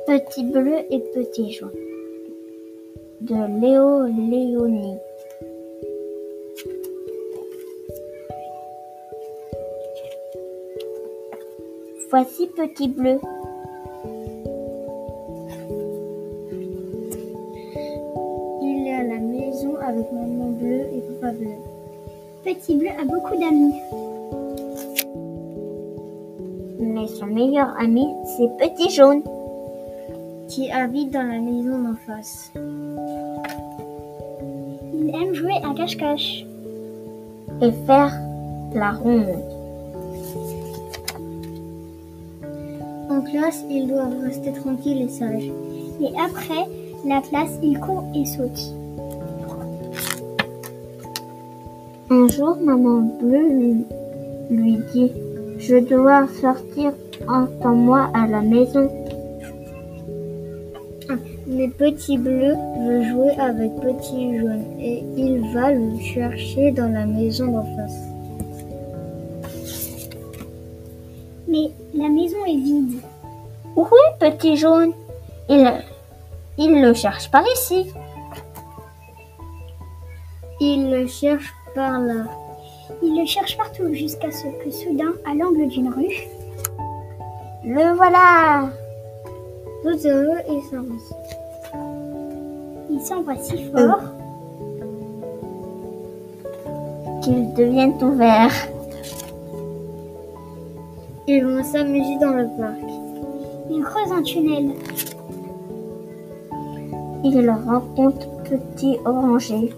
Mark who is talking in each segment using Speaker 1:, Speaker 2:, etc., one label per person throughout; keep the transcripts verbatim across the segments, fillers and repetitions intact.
Speaker 1: Petit bleu et petit jaune de Léo Léonie. Voici petit bleu.
Speaker 2: Il est à la maison avec maman bleue et papa bleu. Petit bleu a beaucoup d'amis.
Speaker 1: Mais son meilleur ami, c'est petit jaune,
Speaker 2: qui habite dans la maison d'en face. Il aime jouer à cache-cache
Speaker 1: et faire la ronde.
Speaker 2: En classe, ils doivent rester tranquilles et sages. Et après la classe, ils courent et sautent.
Speaker 1: Un jour, maman bleue lui, lui dit « Je dois sortir, attends-moi à la maison. »
Speaker 2: Mais petit bleu veut jouer avec petit jaune et il va le chercher dans la maison d'en face. Mais la maison est vide.
Speaker 1: Où est petit jaune? Il, il le cherche par ici.
Speaker 2: Il le cherche par là. Il le cherche partout jusqu'à ce que soudain, à l'angle d'une rue,
Speaker 1: le voilà.
Speaker 2: Tout heureux, ils s'embrassent. Ils s'embrassent si fort
Speaker 1: euh. qu'ils deviennent tout verts.
Speaker 2: Ils vont s'amuser dans le parc. Ils creusent un tunnel.
Speaker 1: Ils rencontrent petit oranger.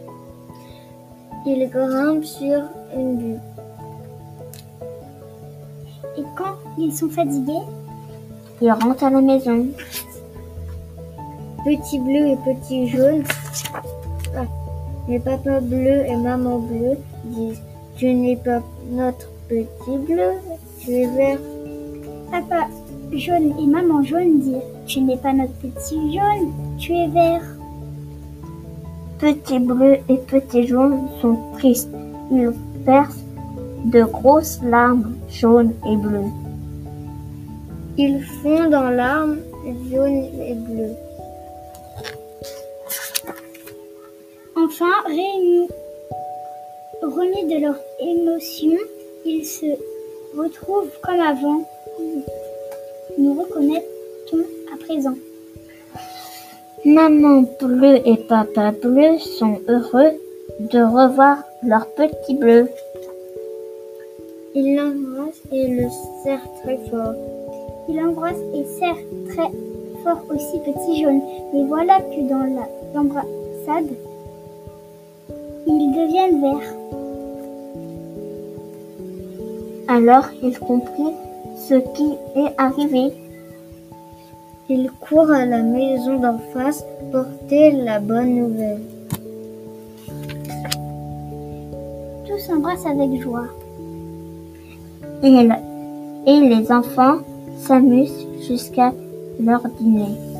Speaker 2: Ils grimpent sur une butte. Et quand ils sont fatigués,
Speaker 1: ils rentrent à la maison.
Speaker 2: Petit bleu et petit jaune. Ah, mais papa bleu et maman bleue disent « Tu n'es pas notre petit bleu, tu es vert. » Papa jaune et maman jaune disent « Tu n'es pas notre petit jaune, tu es vert. »
Speaker 1: Petit bleu et petit jaune sont tristes. Ils versent de grosses larmes jaunes et bleues.
Speaker 2: Ils fondent en larmes jaunes et bleues. Enfin, réunis, remis de leur émotion, ils se retrouvent comme avant. Nous reconnaît-on à présent.
Speaker 1: Maman bleue et papa bleu sont heureux de revoir leur petit bleu.
Speaker 2: Ils l'embrassent et le serrent très fort. Il embrasse et serre très fort aussi petit jaune. Mais voilà que dans la, l'embrassade, ils deviennent verts.
Speaker 1: Alors il comprit ce qui est arrivé.
Speaker 2: Il court à la maison d'en face porter la bonne nouvelle. Tous s'embrassent avec joie.
Speaker 1: Et, et les enfants s'amusent jusqu'à leur dîner.